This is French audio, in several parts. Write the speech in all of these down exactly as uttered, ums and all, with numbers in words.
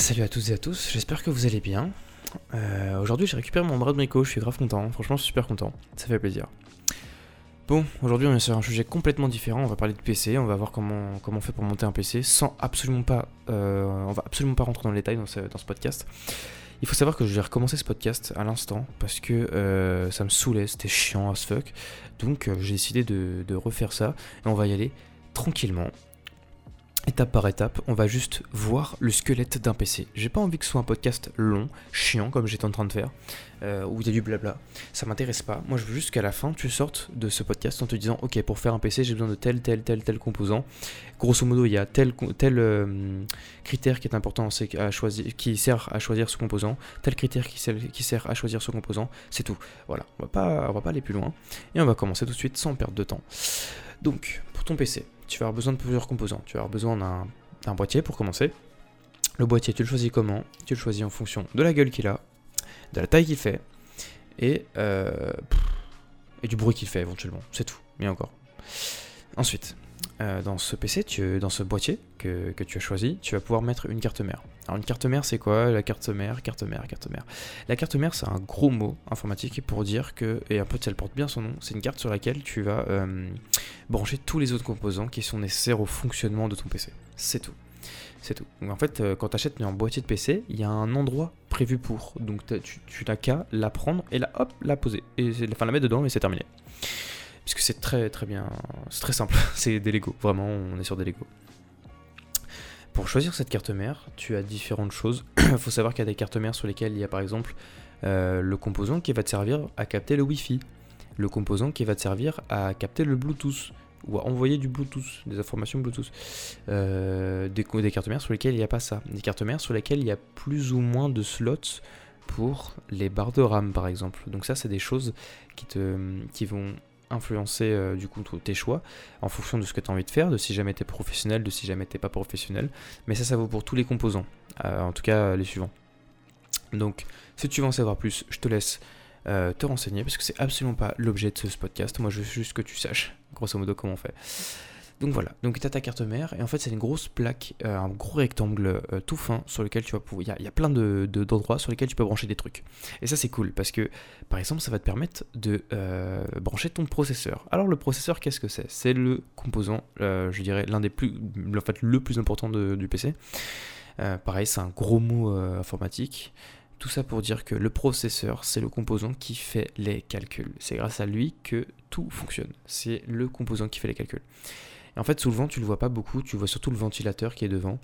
Salut à toutes et à tous, j'espère que vous allez bien. Euh, aujourd'hui j'ai récupéré mon bras de brico, je suis grave content, franchement je suis super content, ça fait plaisir. Bon, aujourd'hui on est sur un sujet complètement différent, on va parler de P C, on va voir comment, comment on fait pour monter un P C sans absolument pas, euh, on va absolument pas rentrer dans le détail dans ce, dans ce podcast. Il faut savoir que j'ai recommencé ce podcast à l'instant parce que euh, ça me saoulait, c'était chiant as fuck, donc euh, j'ai décidé de, de refaire ça et on va y aller tranquillement. Étape par étape, on va juste voir le squelette d'un P C. J'ai pas envie que ce soit un podcast long, chiant comme j'étais en train de faire, euh, où il y a du blabla. Ça m'intéresse pas. Moi je veux juste qu'à la fin tu sortes de ce podcast en te disant ok, pour faire un P C j'ai besoin de tel, tel, tel, tel composant. Grosso modo il y a tel, tel euh, critère qui est important à choisir, qui sert à choisir ce composant, tel critère qui sert, qui sert à choisir ce composant, c'est tout. Voilà, on va pas, on va pas aller plus loin. Et on va commencer tout de suite sans perdre de temps. Donc, pour ton P C, tu vas avoir besoin de plusieurs composants. Tu vas avoir besoin d'un, d'un boîtier pour commencer. Le boîtier, tu le choisis comment ? Tu le choisis en fonction de la gueule qu'il a, de la taille qu'il fait, et, euh, et du bruit qu'il fait éventuellement. C'est tout, mais encore. Ensuite, euh, dans ce P C, tu, dans ce boîtier que, que tu as choisi, tu vas pouvoir mettre une carte mère. Alors une carte mère, c'est quoi ? La carte mère, carte mère, carte mère. La carte mère, c'est un gros mot informatique pour dire que, et un peu elle porte bien son nom, c'est une carte sur laquelle tu vas euh, brancher tous les autres composants qui sont nécessaires au fonctionnement de ton P C. C'est tout. C'est tout. Donc en fait, euh, quand tu achètes un boîtier de P C, il y a un endroit prévu pour. Donc tu, tu n'as qu'à la prendre et la hop, la poser. Et c'est, enfin la mettre dedans et c'est terminé. Puisque c'est très très bien, c'est très simple, c'est des Lego, vraiment on est sur des Lego. Pour choisir cette carte mère, tu as différentes choses. Il faut savoir qu'il y a des cartes mères sur lesquelles il y a par exemple euh, le composant qui va te servir à capter le Wi-Fi, le composant qui va te servir à capter le Bluetooth, ou à envoyer du Bluetooth, des informations Bluetooth. Euh, des, des cartes mères sur lesquelles il n'y a pas ça. Des cartes mères sur lesquelles il y a plus ou moins de slots pour les barres de RAM par exemple. Donc ça c'est des choses qui, te, qui vont influencer euh, du coup tes choix en fonction de ce que tu as envie de faire, de si jamais tu es professionnel, de si jamais tu n'es pas professionnel, mais ça ça vaut pour tous les composants, euh, en tout cas les suivants. Donc si tu veux en savoir plus, je te laisse euh, te renseigner parce que c'est absolument pas l'objet de ce podcast, moi je veux juste que tu saches grosso modo comment on fait. Donc voilà, donc tu as ta carte mère, et en fait c'est une grosse plaque, euh, un gros rectangle euh, tout fin sur lequel tu vas pouvoir... Il y, y a plein de, de, d'endroits sur lesquels tu peux brancher des trucs. Et ça c'est cool, parce que par exemple ça va te permettre de euh, brancher ton processeur. Alors le processeur, qu'est-ce que c'est ? C'est le composant, euh, je dirais, l'un des plus... En fait le plus important de, du P C. Euh, pareil, c'est un gros mot euh, informatique. Tout ça pour dire que le processeur, c'est le composant qui fait les calculs. C'est grâce à lui que tout fonctionne. C'est le composant qui fait les calculs. Et en fait, souvent, tu le vois pas beaucoup, tu vois surtout le ventilateur qui est devant.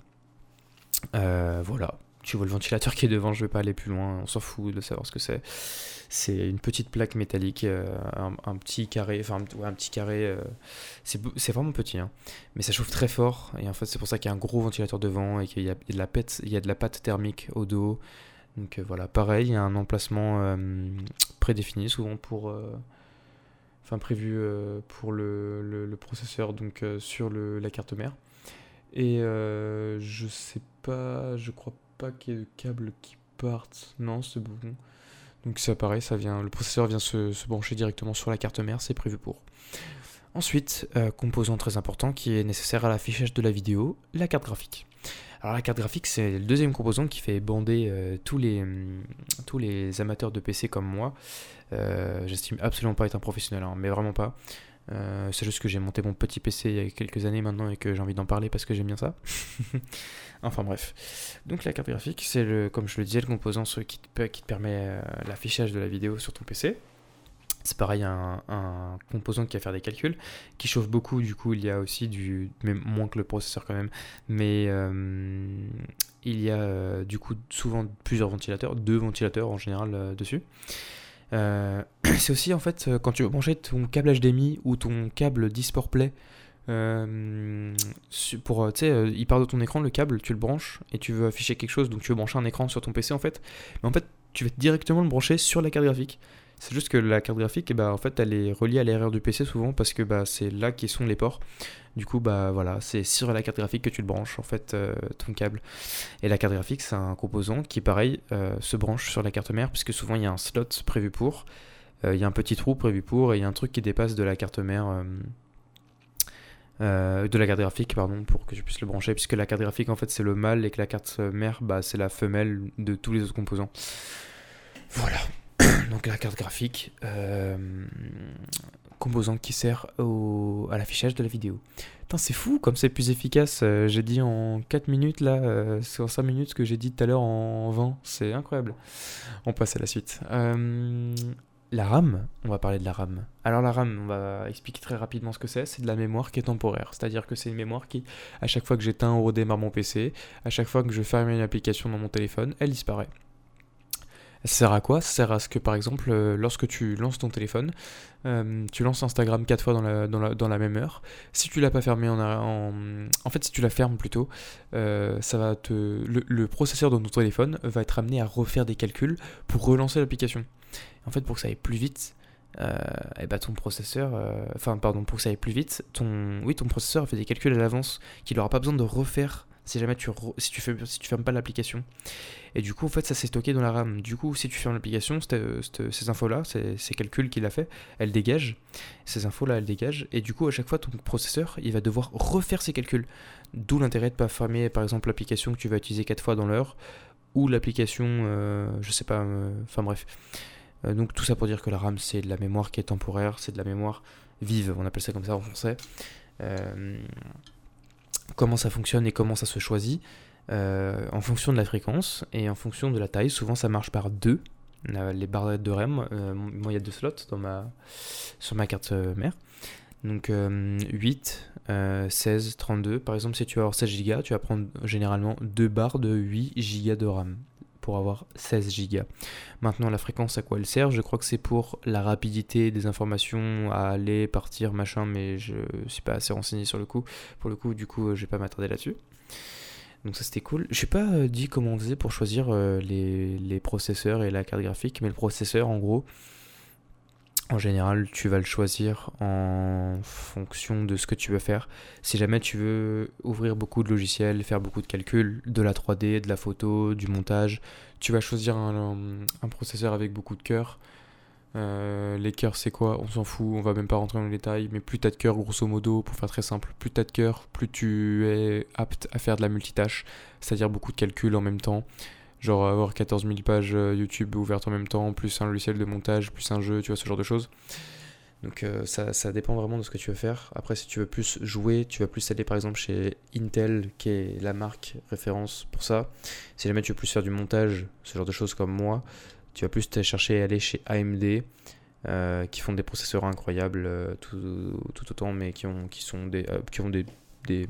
Euh, voilà, tu vois le ventilateur qui est devant, je vais pas aller plus loin, on s'en fout de savoir ce que c'est. C'est une petite plaque métallique, euh, un, un petit carré, enfin un, ouais, un petit carré, euh, c'est, c'est vraiment petit, hein, mais ça chauffe très fort, et en fait, c'est pour ça qu'il y a un gros ventilateur devant, et qu'il y a, il y a de la pète, il y a de la pâte thermique au dos. Donc euh, voilà, pareil, il y a un emplacement euh, prédéfini, souvent pour... Euh, Enfin prévu euh, pour le, le, le processeur, donc euh, sur le, la carte mère. Et euh, je sais pas, je crois pas qu'il y ait de câbles qui partent. Non, c'est bon. Donc ça pareil, ça vient, le processeur vient se, se brancher directement sur la carte mère, c'est prévu pour. Ensuite, euh, composant très important qui est nécessaire à l'affichage de la vidéo, la carte graphique. Alors la carte graphique, c'est le deuxième composant qui fait bander euh, tous, les, hum, tous les amateurs de P C comme moi. Euh, j'estime absolument pas être un professionnel, hein, mais vraiment pas. Euh, c'est juste que j'ai monté mon petit P C il y a quelques années maintenant et que j'ai envie d'en parler parce que j'aime bien ça. Enfin bref. Donc la carte graphique, c'est le, comme je le disais, le composant qui te, qui te permet euh, l'affichage de la vidéo sur ton P C. C'est pareil, un, un composant qui va faire des calculs, qui chauffe beaucoup, du coup il y a aussi du, mais moins que le processeur quand même, mais euh, il y a euh, du coup souvent plusieurs ventilateurs, deux ventilateurs en général euh, dessus. Euh, c'est aussi en fait quand tu veux brancher ton câble H D M I ou ton câble DisplayPort, euh, pour, tu sais, euh, il part de ton écran le câble, tu le branches et tu veux afficher quelque chose, donc tu veux brancher un écran sur ton P C en fait, mais en fait tu vas directement le brancher sur la carte graphique. C'est juste que la carte graphique, eh ben, en fait, elle est reliée à l'arrière du P C souvent parce que bah, c'est là qui sont les ports. Du coup, bah, voilà, c'est sur la carte graphique que tu le branches, en fait, euh, ton câble. Et la carte graphique, c'est un composant qui, pareil, euh, se branche sur la carte mère puisque souvent, il y a un slot prévu pour, euh, il y a un petit trou prévu pour et il y a un truc qui dépasse de la carte mère. Euh, euh, de la carte graphique, pardon, pour que je puisse le brancher, puisque la carte graphique, en fait, c'est le mâle et que la carte mère, bah, c'est la femelle de tous les autres composants. Voilà. Donc la carte graphique, euh, composant qui sert au, à l'affichage de la vidéo. Putain, c'est fou comme c'est plus efficace. Euh, j'ai dit en quatre minutes là, euh, c'est en cinq minutes ce que j'ai dit tout à l'heure en vingt. C'est incroyable. On passe à la suite. Euh, la RAM, on va parler de la RAM. Alors la RAM, on va expliquer très rapidement ce que c'est. C'est de la mémoire qui est temporaire. C'est-à-dire que c'est une mémoire qui, à chaque fois que j'éteins ou redémarre mon P C, à chaque fois que je ferme une application dans mon téléphone, elle disparaît. Ça sert à quoi? Ça sert à ce que, par exemple, euh, lorsque tu lances ton téléphone, euh, tu lances Instagram quatre fois dans la, dans la, dans la même heure. Si tu l'as pas fermé en, en... En fait, si tu la fermes plutôt, euh, ça va te... Le, le processeur de ton téléphone va être amené à refaire des calculs pour relancer l'application. En fait, pour que ça aille plus vite, euh, et bah ton processeur... euh, Enfin, pardon, pour que ça aille plus vite, ton... Oui, ton processeur a fait des calculs à l'avance qu'il n'aura pas besoin de refaire si jamais tu, re... si tu, fais... si tu fermes pas l'application. Et du coup, en fait, ça s'est stocké dans la RAM. Du coup, si tu fermes l'application, cette, cette, ces infos-là, ces, ces calculs qu'il a fait, elles dégagent. Ces infos-là, elles dégagent. Et du coup, à chaque fois, ton processeur, il va devoir refaire ses calculs. D'où l'intérêt de ne pas fermer, par exemple, l'application que tu vas utiliser quatre fois dans l'heure, ou l'application, euh, je sais pas, enfin euh, bref. Euh, donc tout ça pour dire que la RAM, c'est de la mémoire qui est temporaire, c'est de la mémoire vive, on appelle ça comme ça en français. Euh, comment ça fonctionne et comment ça se choisit? Euh, en fonction de la fréquence et en fonction de la taille. Souvent ça marche par deux, les barrettes de RAM. Euh, moi il y a deux slots dans ma, sur ma carte mère. Donc euh, huit, euh, seize, trente-deux. Par exemple, si tu veux avoir seize giga, tu vas prendre généralement deux barres de huit giga de RAM pour avoir seize giga. Maintenant, la fréquence, à quoi elle sert? Je crois que c'est pour la rapidité des informations à aller, partir, machin, mais je suis pas assez renseigné sur le coup. Pour le coup, du coup, je vais pas m'attarder là-dessus. Donc ça c'était cool. Je n'ai pas euh, dit comment on faisait pour choisir euh, les, les processeurs et la carte graphique, mais le processeur en gros, en général tu vas le choisir en fonction de ce que tu veux faire. Si jamais tu veux ouvrir beaucoup de logiciels, faire beaucoup de calculs, de la trois D, de la photo, du montage, tu vas choisir un, un processeur avec beaucoup de cœurs. Euh, les cœurs c'est quoi? On s'en fout, on va même pas rentrer dans les détails, mais plus t'as de cœurs grosso modo, pour faire très simple, plus t'as de cœurs, plus tu es apte à faire de la multitâche, c'est-à-dire beaucoup de calculs en même temps, genre avoir quatorze mille pages YouTube ouvertes en même temps, plus un logiciel de montage, plus un jeu, tu vois, ce genre de choses. Donc euh, ça, ça dépend vraiment de ce que tu veux faire. Après, si tu veux plus jouer, tu vas plus aller par exemple chez Intel, qui est la marque référence pour ça. Si jamais tu veux plus faire du montage, ce genre de choses comme moi, tu vas plus te chercher à aller chez A M D, euh, qui font des processeurs incroyables, euh, tout, tout autant, mais qui ont, qui sont des, euh, qui ont des, des,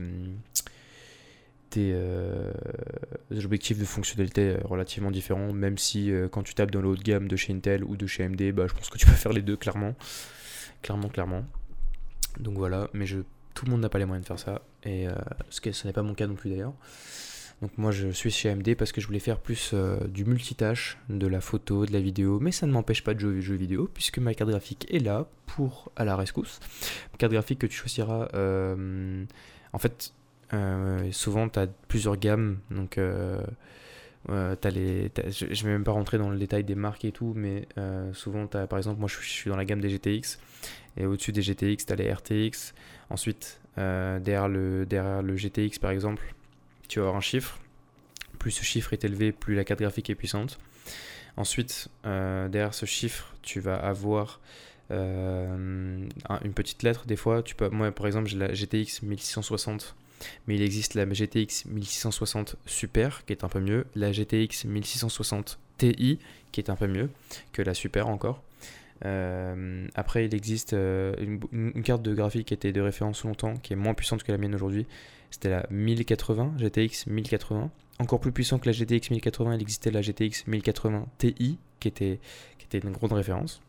des, euh, des objectifs de fonctionnalité relativement différents, même si euh, quand tu tapes dans le haut de gamme de chez Intel ou de chez A M D, bah, je pense que tu peux faire les deux clairement. Clairement, clairement. Donc voilà, mais je, tout le monde n'a pas les moyens de faire ça, et euh, ce, que, ce n'est pas mon cas non plus d'ailleurs. Donc moi je suis chez A M D parce que je voulais faire plus euh, du multitâche, de la photo, de la vidéo, mais ça ne m'empêche pas de jouer aux jeux vidéo puisque ma carte graphique est là pour à la rescousse. Une carte graphique que tu choisiras, euh, en fait, euh, souvent tu as plusieurs gammes, donc euh, euh, t'as les, t'as, je ne vais même pas rentrer dans le détail des marques et tout, mais euh, souvent tu as par exemple, moi je, je suis dans la gamme des G T X, et au-dessus des G T X tu as les R T X, ensuite euh, derrière, le, derrière le G T X par exemple, tu vas avoir un chiffre, plus ce chiffre est élevé, plus la carte graphique est puissante. Ensuite, euh, derrière ce chiffre, tu vas avoir euh, une petite lettre. Des fois, tu peux, moi par exemple, j'ai la G T X mille six cent soixante, mais il existe la G T X mille six cent soixante Super, qui est un peu mieux, la G T X mille six cent soixante Ti, qui est un peu mieux que la Super encore. Euh, après, il existe euh, une, une carte de graphique qui était de référence longtemps, qui est moins puissante que la mienne aujourd'hui. C'était la mille quatre-vingts, G T X mille quatre-vingts. Encore plus puissant que la G T X mille quatre-vingts, il existait la G T X mille quatre-vingts Ti, qui était, qui était une grande référence.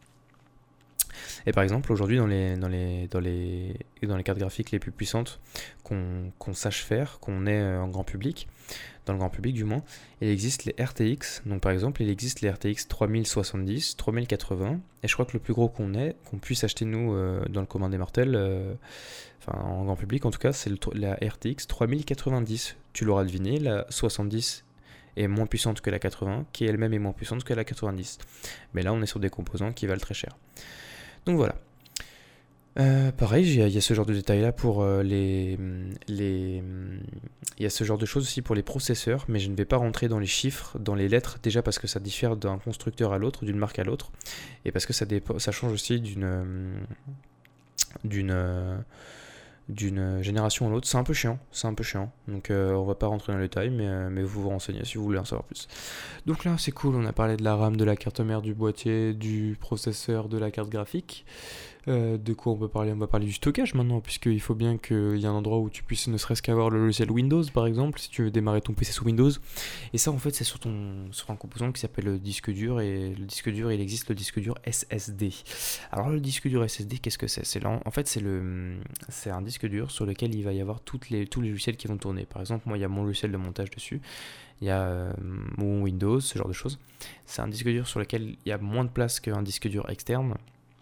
Et par exemple, aujourd'hui, dans les, dans les, dans les, dans les cartes graphiques les plus puissantes qu'on, qu'on sache faire, qu'on ait en grand public, dans le grand public du moins, il existe les R T X. Donc par exemple, il existe les R T X trois mille soixante-dix, trois mille quatre-vingts, et je crois que le plus gros qu'on ait, qu'on puisse acheter nous euh, dans le commun des mortels, euh, enfin en grand public en tout cas, c'est le, la R T X trois mille quatre-vingt-dix. Tu l'auras deviné, la soixante-dix est moins puissante que la quatre-vingts, qui elle-même est moins puissante que la quatre-vingt-dix. Mais là, on est sur des composants qui valent très cher. Donc voilà. Euh, pareil, il y, a- il y a ce genre de détails là pour euh, les, les... Il y a ce genre de choses aussi pour les processeurs, mais je ne vais pas rentrer dans les chiffres, dans les lettres, déjà parce que ça diffère d'un constructeur à l'autre, d'une marque à l'autre, et parce que ça, dépo- ça change aussi d'une... euh, d'une... euh, d'une génération à l'autre. C'est un peu chiant, c'est un peu chiant. Donc euh, on va pas rentrer dans les détails, mais, euh, mais vous vous renseignez si vous voulez en savoir plus. Donc là c'est cool, on a parlé de la RAM, de la carte mère, du boîtier, du processeur, de la carte graphique. Euh, de quoi on peut parler? On va parler du stockage maintenant, puisqu'il faut bien qu'il y ait un endroit où tu puisses ne serait-ce qu'avoir le logiciel Windows, par exemple, si tu veux démarrer ton P C sous Windows. Et ça, en fait, c'est sur, ton, sur un composant qui s'appelle le disque dur, et le disque dur, il existe le disque dur S S D. Alors, le disque dur S S D, qu'est-ce que c'est? C'est là, en fait, c'est le, c'est un disque dur sur lequel il va y avoir toutes les, tous les logiciels qui vont tourner. Par exemple, moi, il y a mon logiciel de montage dessus, il y a euh, mon Windows, ce genre de choses. C'est un disque dur sur lequel il y a moins de place qu'un disque dur externe.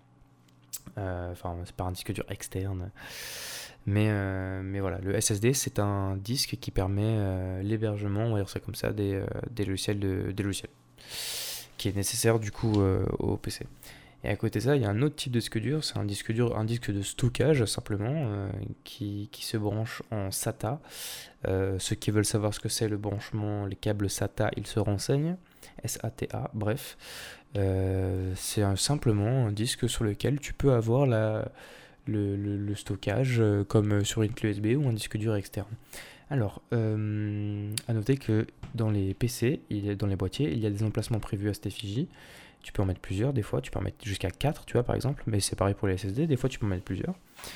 Euh, Enfin, c'est pas un disque dur externe. Mais, euh, mais voilà, le S S D, c'est un disque qui permet euh, l'hébergement, on va dire ça comme ça, des, euh, des, logiciels de, des logiciels, qui est nécessaire du coup euh, au P C. Et à côté de ça, il y a un autre type de disque dur, c'est un disque dur, un disque de stockage simplement, euh, qui, qui se branche en SATA. Euh, ceux qui veulent savoir ce que c'est le branchement, les câbles SATA, ils se renseignent. S A T A, bref. Euh, c'est un- simplement un disque sur lequel tu peux avoir la, le, le- le stockage euh, comme sur une clé U S B ou un disque dur externe. Alors, euh, à noter que dans les P C, il y a- dans les boîtiers, il y a des emplacements prévus à cette effigie. Tu peux en mettre plusieurs, des fois, tu peux en mettre jusqu'à quatre, tu vois, par exemple, mais c'est pareil pour les S S D, des fois tu peux en mettre plusieurs.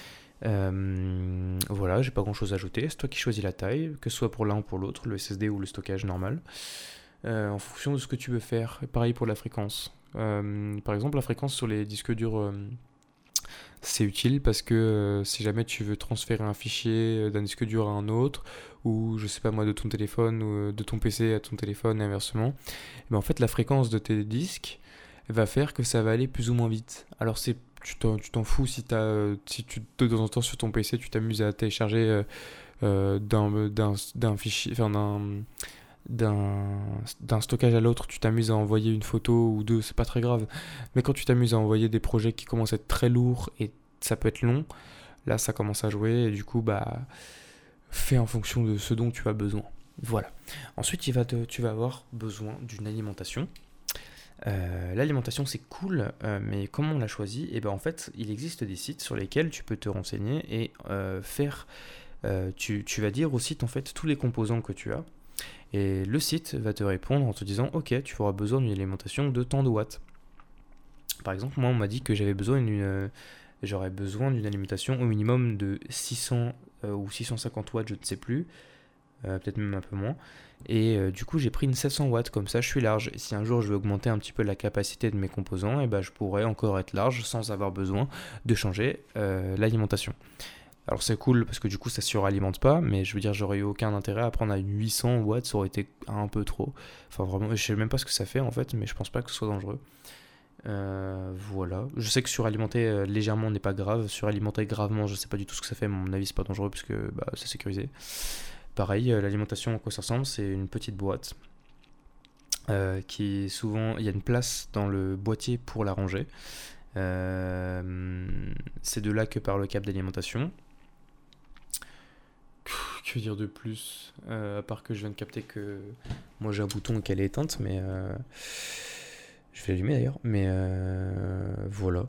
Euh, voilà, j'ai pas grand chose à ajouter, c'est toi qui choisis la taille, que ce soit pour l'un ou pour l'autre, le S S D ou le stockage normal. Euh, en fonction de ce que tu veux faire. Et pareil pour la fréquence. Euh, par exemple, la fréquence sur les disques durs, euh, c'est utile parce que euh, si jamais tu veux transférer un fichier euh, d'un disque dur à un autre, ou je sais pas moi, de ton téléphone ou euh, de ton P C à ton téléphone et inversement, eh ben, en fait, la fréquence de tes disques va faire que ça va aller plus ou moins vite. Alors, c'est tu t'en, tu t'en fous si, t'as, euh, si tu, de temps en temps sur ton P C, tu t'amuses à télécharger euh, euh, d'un, d'un, d'un fichier, enfin d'un d'un, d'un stockage à l'autre, tu t'amuses à envoyer une photo ou deux, c'est pas très grave. Mais quand tu t'amuses à envoyer des projets qui commencent à être très lourds et ça peut être long, là ça commence à jouer et du coup, bah, fais en fonction de ce dont tu as besoin. Voilà. Ensuite, il va te- tu vas avoir besoin d'une alimentation. Euh, l'alimentation c'est cool, euh, mais comment on l'a choisi? Et ben en fait, il existe des sites sur lesquels tu peux te renseigner et euh, faire. Euh, tu, tu vas dire au site en fait tous les composants que tu as. Et le site va te répondre en te disant ok, tu auras besoin d'une alimentation de tant de watts. Par exemple, moi on m'a dit que j'avais besoin d'une euh, j'aurais besoin d'une alimentation au minimum de six cents euh, ou six cent cinquante watts, je ne sais plus, euh, peut-être même un peu moins. Et euh, du coup j'ai pris une sept cents watts, comme ça je suis large. Et si un jour je veux augmenter un petit peu la capacité de mes composants, et ben je pourrais encore être large sans avoir besoin de changer euh, l'alimentation. Alors c'est cool parce que du coup ça suralimente pas, mais je veux dire j'aurais eu aucun intérêt à prendre à une huit cents watts, ça aurait été un peu trop. Enfin vraiment, je sais même pas ce que ça fait en fait, mais je pense pas que ce soit dangereux. Euh, voilà. Je sais que suralimenter euh, légèrement n'est pas grave, suralimenter gravement je sais pas du tout ce que ça fait, mais à mon avis c'est pas dangereux puisque bah, c'est sécurisé. Pareil, euh, l'alimentation à quoi ça ressemble, c'est une petite boîte euh, qui souvent, il y a une place dans le boîtier pour la ranger. Euh, c'est de là que part le câble d'alimentation. Que dire de plus, euh, à part que je viens de capter que moi j'ai un bouton et qu'elle est éteinte, mais euh, je vais l'allumer d'ailleurs, mais euh, voilà,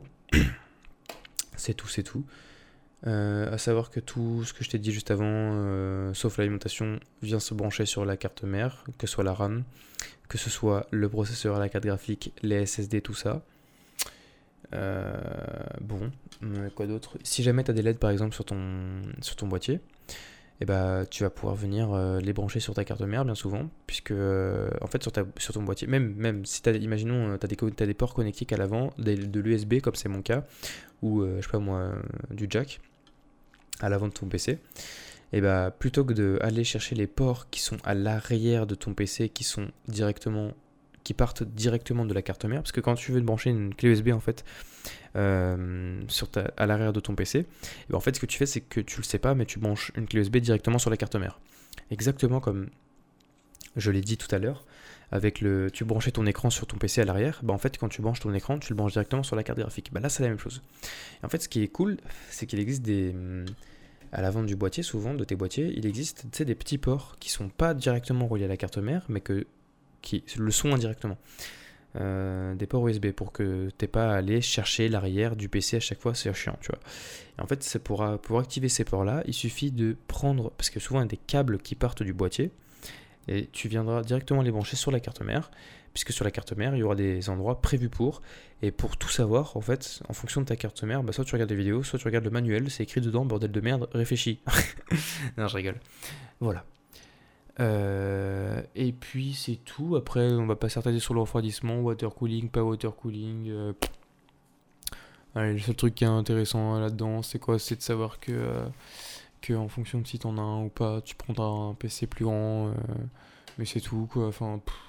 c'est tout, c'est tout. Euh, à savoir que tout ce que je t'ai dit juste avant, euh, sauf l'alimentation, vient se brancher sur la carte mère, que ce soit la RAM, que ce soit le processeur, la carte graphique, les S S D, tout ça. Euh, bon, euh, quoi d'autre? Si jamais tu as des L E D par exemple sur ton, sur ton boîtier, et bah tu vas pouvoir venir euh, les brancher sur ta carte mère bien souvent, puisque euh, en fait sur, ta, sur ton boîtier, même, même si t'as, imaginons tu as des, t'as des ports connectiques à l'avant, des, de l'U S B comme c'est mon cas, ou euh, je sais pas moi, euh, du jack à l'avant de ton P C, et bah plutôt que d'aller chercher les ports qui sont à l'arrière de ton P C, qui sont directement qui partent directement de la carte mère, parce que quand tu veux brancher une clé U S B en fait euh, sur ta, à l'arrière de ton P C, et ben en fait ce que tu fais c'est que tu le sais pas, mais tu branches une clé U S B directement sur la carte mère, exactement comme je l'ai dit tout à l'heure. avec le, tu branchais ton écran sur ton P C à l'arrière, bah en fait quand tu branches ton écran, tu le branches directement sur la carte graphique. Bah là c'est la même chose. Et en fait ce qui est cool, c'est qu'il existe des, à l'avant du boîtier souvent, de tes boîtiers, il existe tu sais, des petits ports qui sont pas directement reliés à la carte mère, mais que, qui le sont indirectement. Euh, des ports U S B pour que t'aies pas à aller chercher l'arrière du P C à chaque fois, c'est chiant, tu vois. Et en fait, c'est pour, pour activer ces ports-là, il suffit de prendre, parce que souvent il y a des câbles qui partent du boîtier, et tu viendras directement les brancher sur la carte mère, puisque sur la carte mère, il y aura des endroits prévus pour, et pour tout savoir, en fait, en fonction de ta carte mère, bah, soit tu regardes des vidéos, soit tu regardes le manuel, c'est écrit dedans, bordel de merde, réfléchis. Non, je rigole. Voilà. Euh, et puis c'est tout. Après, on va pas s'attarder sur le refroidissement, water cooling, pas water cooling. Euh... Allez, le seul truc qui est intéressant là-dedans, c'est quoi? C'est de savoir que, euh, que en fonction de si t'en as un ou pas, tu prendras un P C plus grand. Euh... Mais c'est tout, quoi. Enfin, pff,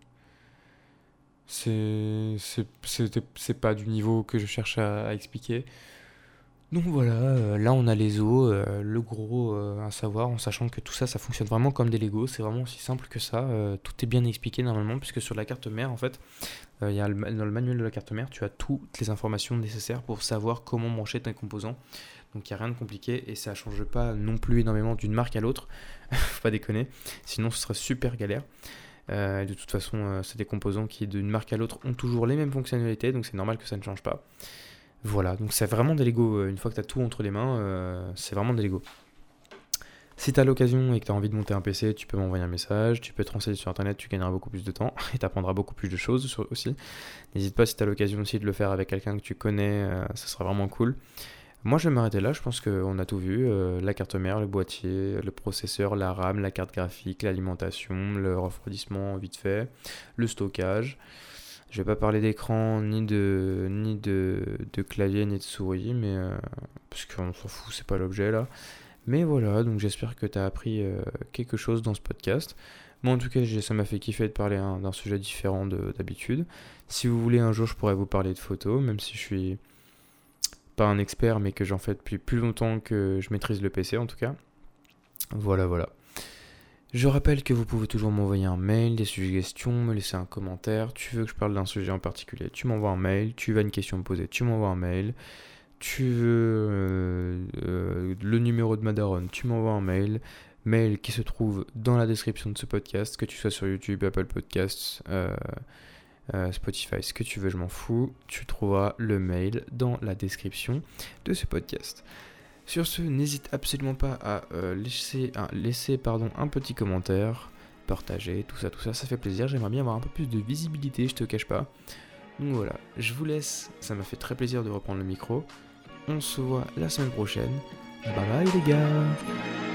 c'est, c'est, c'est, c'est pas du niveau que je cherche à, à expliquer. Donc voilà, euh, là on a les os, euh, le gros euh, à savoir, en sachant que tout ça, ça fonctionne vraiment comme des Lego, c'est vraiment aussi simple que ça, euh, tout est bien expliqué normalement, puisque sur la carte mère, en fait, euh, y a le, dans le manuel de la carte mère, tu as toutes les informations nécessaires pour savoir comment brancher tes composants, donc il n'y a rien de compliqué, et ça ne change pas non plus énormément d'une marque à l'autre, faut pas déconner, sinon ce serait super galère. Euh, de toute façon, euh, c'est des composants qui d'une marque à l'autre ont toujours les mêmes fonctionnalités, donc c'est normal que ça ne change pas. Voilà, donc c'est vraiment des Lego. Une fois que tu as tout entre les mains, euh, c'est vraiment des Lego. Si tu as l'occasion et que tu as envie de monter un P C, tu peux m'envoyer un message, tu peux te renseigner sur internet, tu gagneras beaucoup plus de temps et tu apprendras beaucoup plus de choses sur, aussi. N'hésite pas si tu as l'occasion aussi de le faire avec quelqu'un que tu connais, euh, ça sera vraiment cool. Moi je vais m'arrêter là, je pense qu'on a tout vu, euh, la carte mère, le boîtier, le processeur, la RAM, la carte graphique, l'alimentation, le refroidissement vite fait, le stockage. Je vais pas parler d'écran, ni de ni de, de clavier, ni de souris, mais euh, parce qu'on s'en fout, c'est pas l'objet là. Mais voilà, donc j'espère que tu as appris euh, quelque chose dans ce podcast. Moi en tout cas, ça m'a fait kiffer de parler hein, d'un sujet différent de, d'habitude. Si vous voulez, un jour je pourrais vous parler de photos, même si je suis pas un expert, mais que j'en fais depuis plus longtemps que je maîtrise le P C en tout cas. Voilà, voilà. Je rappelle que vous pouvez toujours m'envoyer un mail, des suggestions, me laisser un commentaire. Tu veux que je parle d'un sujet en particulier, tu m'envoies un mail. Tu as une question à me poser, tu m'envoies un mail. Tu veux euh, euh, le numéro de ma daronne, tu m'envoies un mail. Mail qui se trouve dans la description de ce podcast, que tu sois sur YouTube, Apple Podcasts, euh, euh, Spotify, ce que tu veux, je m'en fous. Tu trouveras le mail dans la description de ce podcast. Sur ce, n'hésite absolument pas à euh, laisser, à laisser pardon, un petit commentaire, partager, tout ça, tout ça, ça fait plaisir. J'aimerais bien avoir un peu plus de visibilité, je te cache pas. Donc voilà, je vous laisse, ça m'a fait très plaisir de reprendre le micro. On se voit la semaine prochaine. Bye bye les gars!